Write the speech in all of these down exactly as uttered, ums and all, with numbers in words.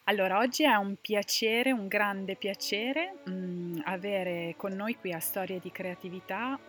Allora, oggi è un piacere, un grande piacere, mhmm, avere con noi qui a Storie di Creatività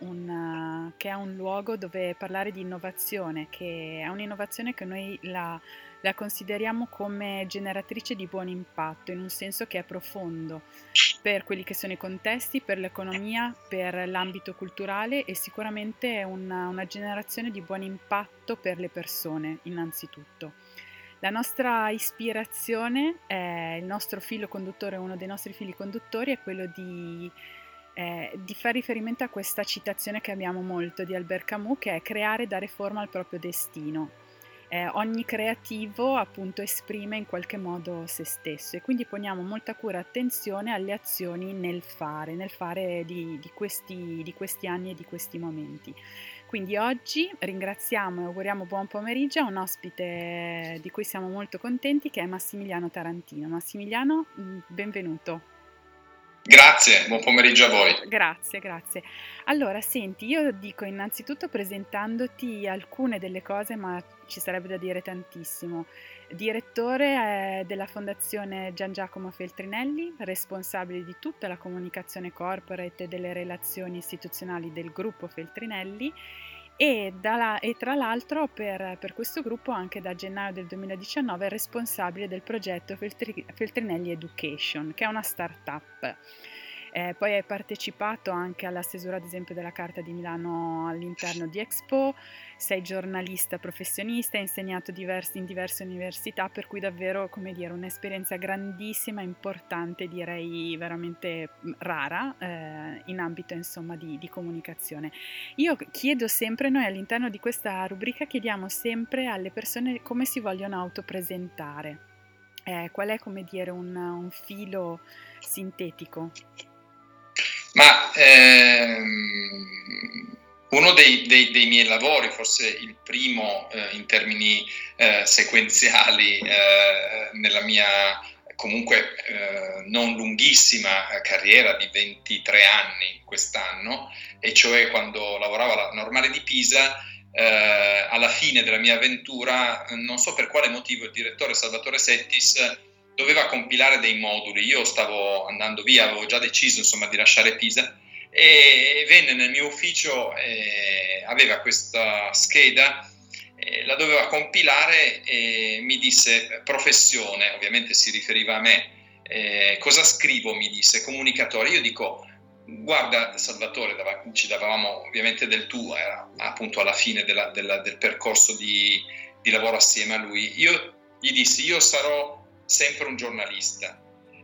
un che è un luogo dove parlare di innovazione, che è un'innovazione che noi la la consideriamo come generatrice di buon impatto, in un senso che è profondo per quelli che sono i contesti, per l'economia, per l'ambito culturale e sicuramente è una una generazione di buon impatto per le persone, innanzitutto. La nostra ispirazione, è il nostro filo conduttore, uno dei nostri fili conduttori è quello di, eh, di fare riferimento a questa citazione che abbiamo molto di Albert Camus, che è creare e dare forma al proprio destino. Eh, ogni creativo appunto esprime in qualche modo se stesso e quindi poniamo molta cura e attenzione alle azioni nel fare, nel fare di, di questi, di questi anni e di questi momenti. Quindi oggi ringraziamo e auguriamo buon pomeriggio a un ospite di cui siamo molto contenti che è Massimiliano Tarantino. Massimiliano, benvenuto. Grazie, buon pomeriggio a voi. Grazie, grazie. Allora, senti, io dico innanzitutto presentandoti alcune delle cose, ma ci sarebbe da dire tantissimo. Direttore eh, della Fondazione Gian Giacomo Feltrinelli, responsabile di tutta la comunicazione corporate e delle relazioni istituzionali del gruppo Feltrinelli e, da, e tra l'altro per, per questo gruppo anche da gennaio del duemiladiciannove è responsabile del progetto Feltri, Feltrinelli Education, che è una start-up. Eh, poi hai partecipato anche alla stesura, ad esempio, della Carta di Milano all'interno di Expo, sei giornalista professionista, hai insegnato diversi, in diverse università, per cui davvero, come dire, un'esperienza grandissima, importante, direi veramente rara eh, in ambito, insomma, di, di comunicazione. Io chiedo sempre, noi all'interno di questa rubrica chiediamo sempre alle persone come si vogliono autopresentare. Eh, qual è, come dire, un, un filo sintetico? Ma ehm, uno dei, dei, dei miei lavori, forse il primo eh, in termini eh, sequenziali eh, nella mia comunque eh, non lunghissima carriera di ventitré anni quest'anno, e cioè quando lavoravo alla Normale di Pisa, eh, alla fine della mia avventura, non so per quale motivo, il direttore Salvatore Settis doveva compilare dei moduli. Io stavo andando via, avevo già deciso insomma di lasciare Pisa, e venne nel mio ufficio, eh, aveva questa scheda, eh, la doveva compilare e mi disse professione, ovviamente si riferiva a me, eh, cosa scrivo, mi disse comunicatore. Io dico guarda Salvatore, ci davamo ovviamente del tu, era appunto alla fine della, della, del percorso di, di lavoro assieme a lui. Io gli dissi io sarò sempre un giornalista,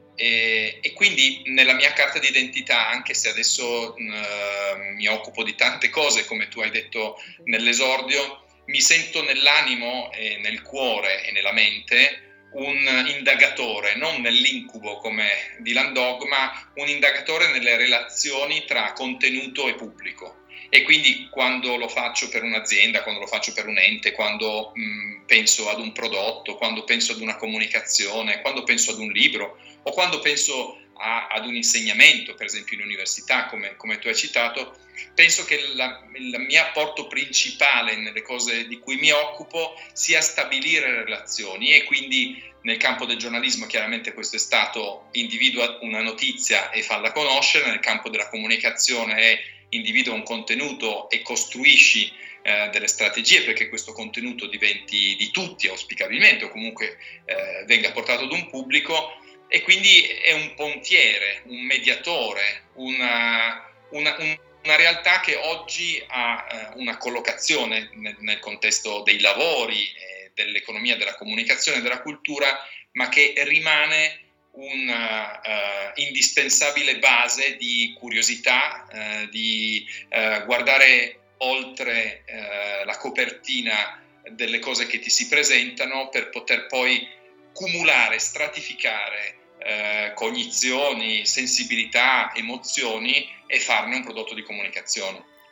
e, e quindi nella mia carta d'identità, anche se adesso uh, mi occupo di tante cose come tu hai detto nell'esordio, mi sento nell'animo e nel cuore e nella mente un indagatore, non nell'incubo come Dylan Dog, ma un indagatore nelle relazioni tra contenuto e pubblico. E quindi quando lo faccio per un'azienda, quando lo faccio per un ente, quando mh, penso ad un prodotto, quando penso ad una comunicazione, quando penso ad un libro o quando penso a, ad un insegnamento, per esempio in università, come, come tu hai citato, penso che la, il mio apporto principale nelle cose di cui mi occupo sia stabilire relazioni, e quindi nel campo del giornalismo chiaramente questo è stato: individua una notizia e falla conoscere; nel campo della comunicazione è individua un contenuto e costruisci eh, delle strategie perché questo contenuto diventi di tutti auspicabilmente, o comunque eh, venga portato ad un pubblico, e quindi è un pontiere, un mediatore, una, una, un, una realtà che oggi ha eh, una collocazione nel, nel contesto dei lavori, eh, dell'economia, della comunicazione, della cultura, ma che rimane una uh, indispensabile base di curiosità, uh, di uh, guardare oltre uh, la copertina delle cose che ti si presentano, per poter poi cumulare, stratificare uh, cognizioni, sensibilità, emozioni, e farne un prodotto di comunicazione.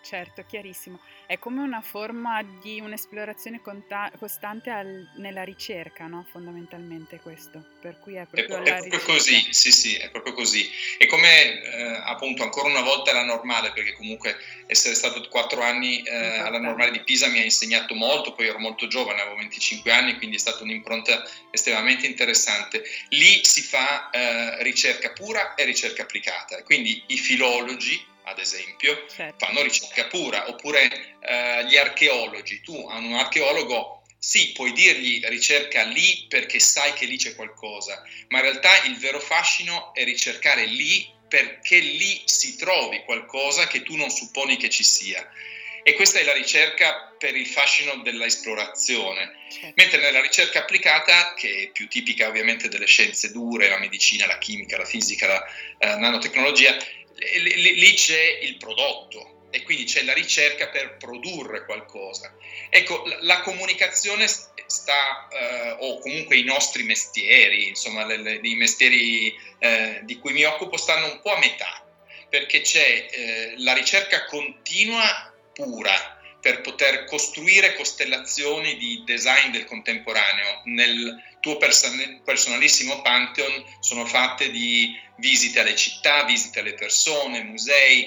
Certo, chiarissimo. È come una forma di un'esplorazione conta- costante al- nella ricerca, no? Fondamentalmente questo. Per cui è È, proprio pro- è la proprio ricerca così, sì, sì, è proprio così. E come eh, appunto ancora una volta la normale, perché comunque essere stato quattro anni eh, alla normale di importante. Pisa mi ha insegnato molto, poi ero molto giovane, avevo venticinque anni, quindi è stata un'impronta estremamente interessante. Lì si fa eh, ricerca pura e ricerca applicata, quindi i filologi, ad esempio, Certo, fanno ricerca pura, oppure eh, gli archeologi. Tu a un archeologo sì, puoi dirgli ricerca lì perché sai che lì c'è qualcosa, ma in realtà il vero fascino è ricercare lì perché lì si trovi qualcosa che tu non supponi che ci sia. E questa è la ricerca per il fascino dell'esplorazione. certo. Mentre nella ricerca applicata, che è più tipica ovviamente delle scienze dure, la medicina, la chimica, la fisica, la eh, nanotecnologia, lì, lì c'è il prodotto e quindi c'è la ricerca per produrre qualcosa. Ecco, la, la comunicazione sta, eh, o comunque i nostri mestieri, insomma le, le, i mestieri eh, di cui mi occupo stanno un po' a metà, perché c'è eh, la ricerca continua pura per poter costruire costellazioni di design del contemporaneo. Nel tuo person- personalissimo Pantheon sono fatte di visite alle città, visite alle persone, musei,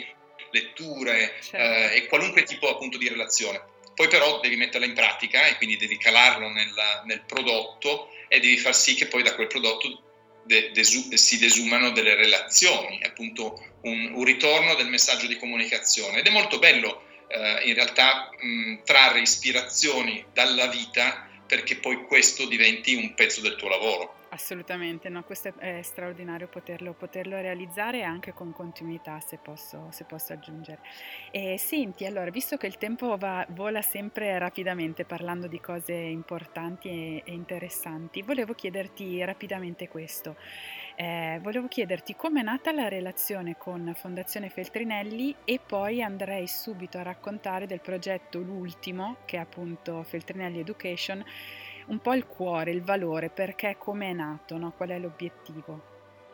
letture Certo. eh, e qualunque tipo appunto di relazione. Poi però devi metterla in pratica e quindi devi calarlo nella, nel prodotto e devi far sì che poi da quel prodotto de, desu, si desumano delle relazioni, appunto un, un ritorno del messaggio di comunicazione. Ed è molto bello eh, in realtà mh, trarre ispirazioni dalla vita perché poi questo diventi un pezzo del tuo lavoro. Assolutamente, no, questo è, è straordinario poterlo, poterlo realizzare anche con continuità, se posso, se posso aggiungere. E senti, allora, visto che il tempo va- vola sempre rapidamente parlando di cose importanti e, e interessanti, volevo chiederti rapidamente questo. Eh, volevo chiederti com'è nata la relazione con Fondazione Feltrinelli e poi andrei subito a raccontare del progetto L'Ultimo, che è appunto Feltrinelli Education, un po' il cuore, il valore, perché come è nato, no? Qual è l'obiettivo?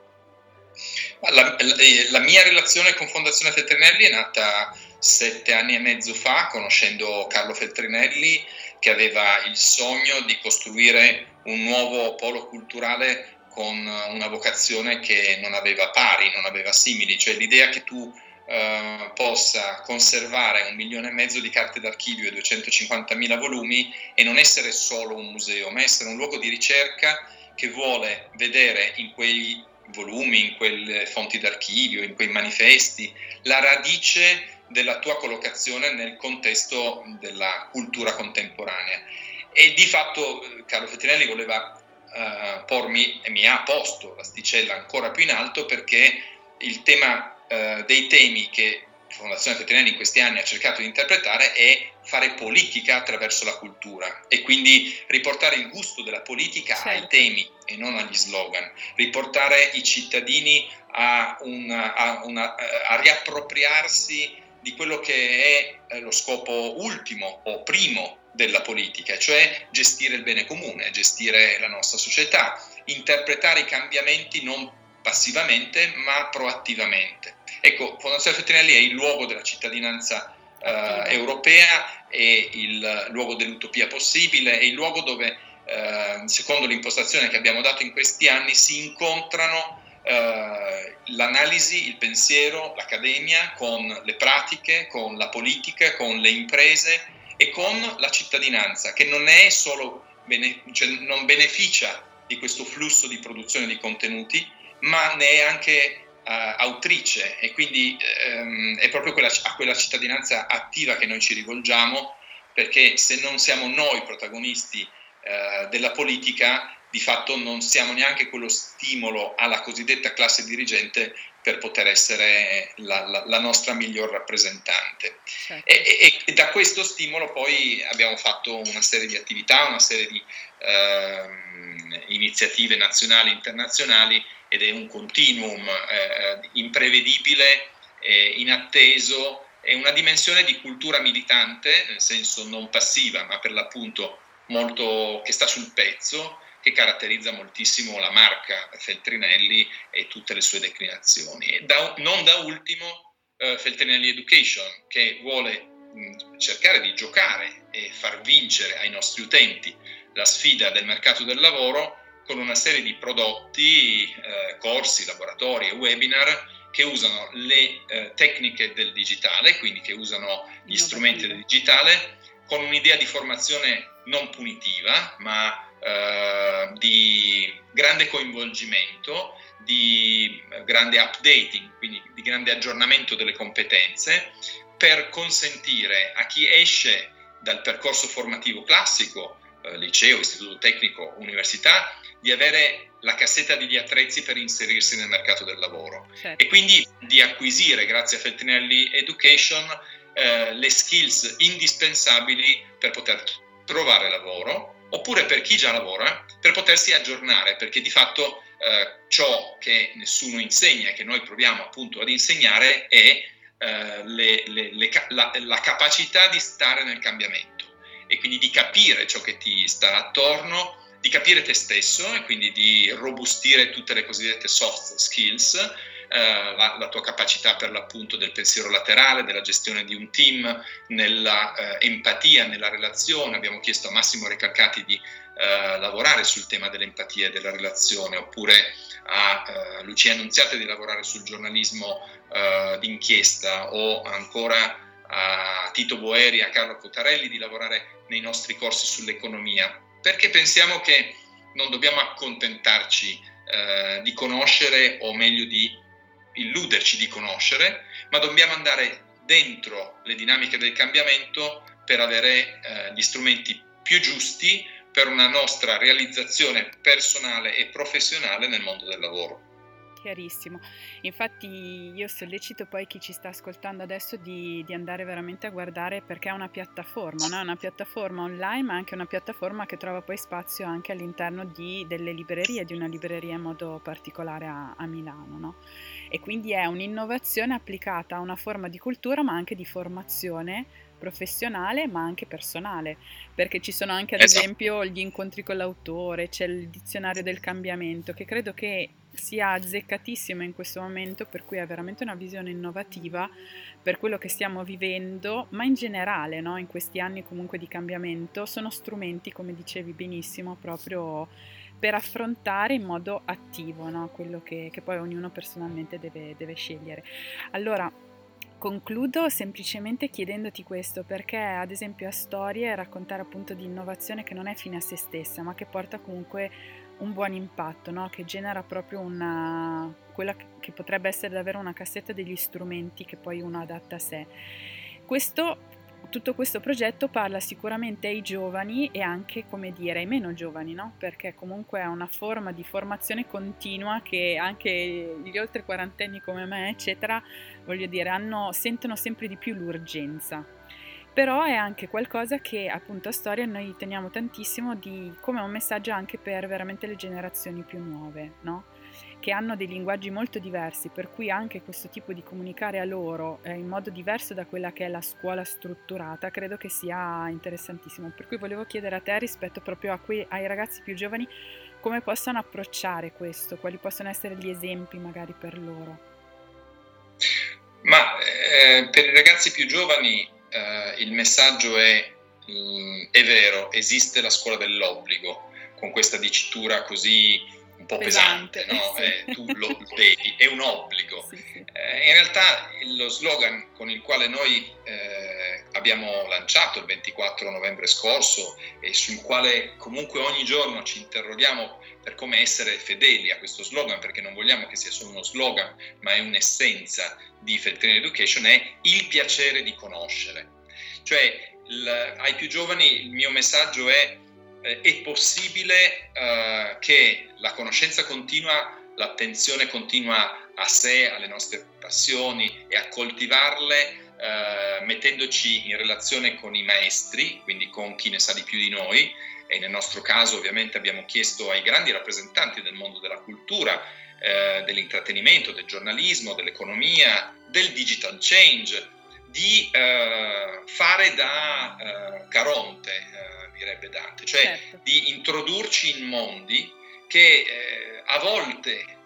La, la, la mia relazione con Fondazione Feltrinelli è nata sette anni e mezzo fa, conoscendo Carlo Feltrinelli, che aveva il sogno di costruire un nuovo polo culturale con una vocazione che non aveva pari, non aveva simili, cioè l'idea che tu eh, possa conservare un milione e mezzo di carte d'archivio e duecentocinquantamila volumi e non essere solo un museo, ma essere un luogo di ricerca che vuole vedere in quei volumi, in quelle fonti d'archivio, in quei manifesti, la radice della tua collocazione nel contesto della cultura contemporanea. E di fatto Carlo Feltrinelli voleva uh, pormi, e mi ha posto l'asticella ancora più in alto, perché il tema uh, dei temi che Fondazione Feltrinelli in questi anni ha cercato di interpretare è fare politica attraverso la cultura e quindi riportare il gusto della politica ai Certo, temi e non agli slogan, riportare i cittadini a, una, a, una, a riappropriarsi di quello che è lo scopo ultimo o primo della politica, cioè gestire il bene comune, gestire la nostra società, interpretare i cambiamenti non passivamente ma proattivamente. Ecco, Fondazione Feltrinelli è il luogo della cittadinanza eh, europea, è il luogo dell'utopia possibile, è il luogo dove, eh, secondo l'impostazione che abbiamo dato in questi anni, si incontrano eh, l'analisi, il pensiero, l'accademia con le pratiche, con la politica, con le imprese e con la cittadinanza, che non è solo bene, cioè non beneficia di questo flusso di produzione di contenuti, ma ne è anche uh, autrice e quindi um, è proprio quella, a quella cittadinanza attiva che noi ci rivolgiamo, perché se non siamo noi protagonisti uh, della politica, di fatto non siamo neanche quello stimolo alla cosiddetta classe dirigente per poter essere la, la, la nostra miglior rappresentante. certo. E, e, e da questo stimolo poi abbiamo fatto una serie di attività, una serie di eh, iniziative nazionali e internazionali, ed è un continuum eh, imprevedibile, eh, inatteso, è una dimensione di cultura militante, nel senso non passiva, ma per l'appunto molto che sta sul pezzo, che caratterizza moltissimo la marca Feltrinelli e tutte le sue declinazioni. E da, non da ultimo uh, Feltrinelli Education, che vuole mh, cercare di giocare e far vincere ai nostri utenti la sfida del mercato del lavoro con una serie di prodotti, eh, corsi, laboratori e webinar che usano le eh, tecniche del digitale, quindi che usano gli strumenti del digitale, con un'idea di formazione non punitiva, ma eh, di grande coinvolgimento, di grande updating, quindi di grande aggiornamento delle competenze, per consentire a chi esce dal percorso formativo classico, eh, liceo, istituto tecnico, università, di avere la cassetta degli attrezzi per inserirsi nel mercato del lavoro, certo. E quindi di acquisire, grazie a Feltrinelli Education, eh, le skills indispensabili per poter trovare lavoro, oppure per chi già lavora, per potersi aggiornare, perché di fatto eh, ciò che nessuno insegna e che noi proviamo appunto ad insegnare è eh, le, le, le, la, la capacità di stare nel cambiamento e quindi di capire ciò che ti sta attorno, di capire te stesso e quindi di robustire tutte le cosiddette soft skills, eh, la, la tua capacità per l'appunto del pensiero laterale, della gestione di un team, nella eh, empatia, nella relazione. Abbiamo chiesto a Massimo Recalcati di eh, lavorare sul tema dell'empatia e della relazione, oppure a eh, Lucia Annunziata di lavorare sul giornalismo eh, d'inchiesta, o ancora a Tito Boeri e a Carlo Cottarelli di lavorare nei nostri corsi sull'economia, perché pensiamo che non dobbiamo accontentarci eh, di conoscere, o meglio di illuderci di conoscere, ma dobbiamo andare dentro le dinamiche del cambiamento per avere eh, gli strumenti più giusti per una nostra realizzazione personale e professionale nel mondo del lavoro. Chiarissimo. Infatti io sollecito poi chi ci sta ascoltando adesso di, di andare veramente a guardare, perché è una piattaforma, no? È una piattaforma online, ma anche una piattaforma che trova poi spazio anche all'interno di, delle librerie, di una libreria in modo particolare a, a Milano, no? E quindi è un'innovazione applicata a una forma di cultura, ma anche di formazione professionale, ma anche personale, perché ci sono anche ad esatto. esempio gli incontri con l'autore, c'è il dizionario del cambiamento, che credo che sia azzeccatissimo in questo momento, per cui è veramente una visione innovativa per quello che stiamo vivendo, ma in generale, no? In questi anni comunque di cambiamento sono strumenti, come dicevi benissimo, proprio per affrontare in modo attivo, no? Quello che, che poi ognuno personalmente deve, deve scegliere. Allora, concludo semplicemente chiedendoti questo, perché ad esempio a Storie raccontare appunto di innovazione che non è fine a se stessa, ma che porta comunque un buon impatto, no? Che genera proprio una, quella che potrebbe essere davvero una cassetta degli strumenti che poi uno adatta a sé. Questo, tutto questo progetto parla sicuramente ai giovani e anche, come dire, ai meno giovani, no? Perché comunque è una forma di formazione continua che anche gli oltre quarantenni come me, eccetera, voglio dire, hanno, sentono sempre di più l'urgenza. Però è anche qualcosa che appunto a Storia noi teniamo tantissimo di, come un messaggio anche per veramente le generazioni più nuove, no? Che hanno dei linguaggi molto diversi, per cui anche questo tipo di comunicare a loro eh, in modo diverso da quella che è la scuola strutturata credo che sia interessantissimo. Per cui volevo chiedere a te, rispetto proprio a quei, ai ragazzi più giovani, come possono approcciare questo, quali possono essere gli esempi magari per loro. Ma eh, per i ragazzi più giovani Uh, il messaggio è, um, è vero, esiste la scuola dell'obbligo, con questa dicitura così un po' pesante, pesante no? Sì. Eh, tu lo devi, è un obbligo. Sì, sì. Eh, in realtà lo slogan con il quale noi eh, abbiamo lanciato il ventiquattro novembre scorso e sul quale comunque ogni giorno ci interroghiamo per come essere fedeli a questo slogan, perché non vogliamo che sia solo uno slogan, ma è un'essenza di Feltrinelli Education, è il piacere di conoscere. Cioè, il, ai più giovani il mio messaggio è eh, è possibile eh, che la conoscenza continua, l'attenzione continua a sé, alle nostre passioni e a coltivarle eh, mettendoci in relazione con i maestri, quindi con chi ne sa di più di noi, e nel nostro caso ovviamente abbiamo chiesto ai grandi rappresentanti del mondo della cultura, eh, dell'intrattenimento, del giornalismo, dell'economia, del digital change, di eh, fare da eh, Caronte, eh, direbbe Dante, cioè certo. di introdurci in mondi che eh, a volte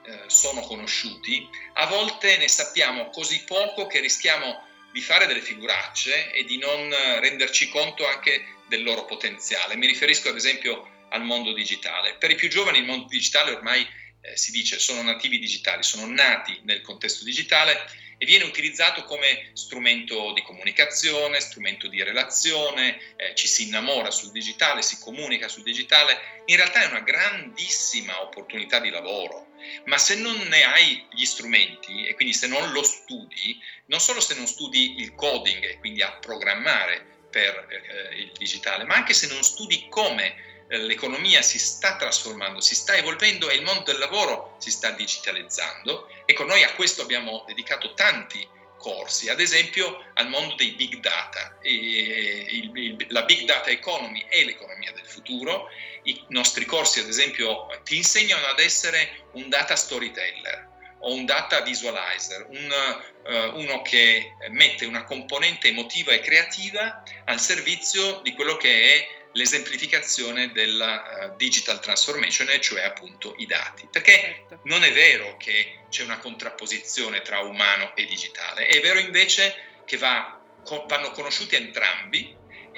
eh, sono conosciuti, a volte ne sappiamo così poco che rischiamo di fare delle figuracce e di non renderci conto anche del loro potenziale. Mi riferisco ad esempio al mondo digitale. Per i più giovani il mondo digitale ormai eh, si dice sono nativi digitali, sono nati nel contesto digitale e viene utilizzato come strumento di comunicazione, strumento di relazione, eh, ci si innamora sul digitale, si comunica sul digitale. In realtà è una grandissima opportunità di lavoro, ma se non ne hai gli strumenti e quindi se non lo studi, non solo se non studi il coding e quindi a programmare per eh, il digitale, ma anche se non studi come l'economia si sta trasformando, si sta evolvendo e il mondo del lavoro si sta digitalizzando. Ecco, noi a questo abbiamo dedicato tanti corsi, ad esempio al mondo dei big data. E il, il, la big data economy è l'economia del futuro. I nostri corsi, ad esempio, ti insegnano ad essere un data storyteller o un data visualizer, un, uh, uno che mette una componente emotiva e creativa al servizio di quello che è l'esemplificazione della uh, digital transformation, e cioè appunto i dati, perché certo. Non è vero che c'è una contrapposizione tra umano e digitale, è vero invece che va, co- vanno conosciuti entrambi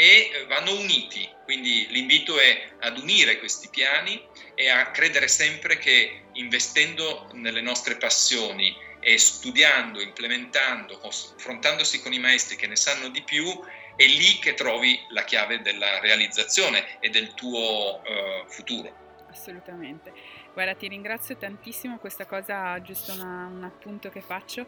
e vanno uniti, quindi l'invito è ad unire questi piani e a credere sempre che investendo nelle nostre passioni e studiando, implementando, confrontandosi con i maestri che ne sanno di più, è lì che trovi la chiave della realizzazione e del tuo uh, futuro. Assolutamente. Guarda, ti ringrazio tantissimo. Questa cosa, giusto una, un appunto che faccio,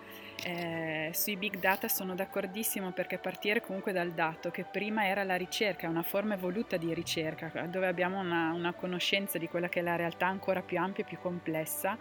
eh, sui big data sono d'accordissimo, perché partire comunque dal dato, che prima era la ricerca, una forma evoluta di ricerca, dove abbiamo una, una conoscenza di quella che è la realtà ancora più ampia e più complessa,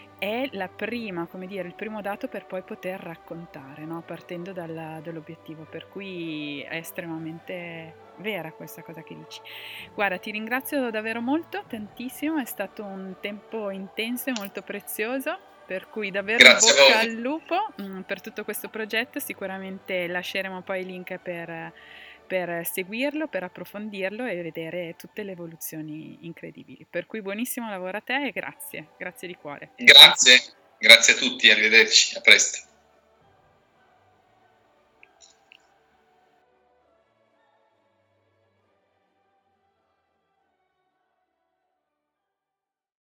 è la prima, come dire, il primo dato per poi poter raccontare, no? Partendo dal, dall'obiettivo, per cui è estremamente vera questa cosa che dici. Guarda, ti ringrazio davvero molto, tantissimo, è stato un tempo intenso e molto prezioso, per cui davvero Grazie in bocca al lupo mh, per tutto questo progetto. Sicuramente lasceremo poi il link per, per seguirlo, per approfondirlo e vedere tutte le evoluzioni incredibili. Per cui buonissimo lavoro a te e grazie, grazie di cuore. Grazie, grazie a tutti, arrivederci, a presto.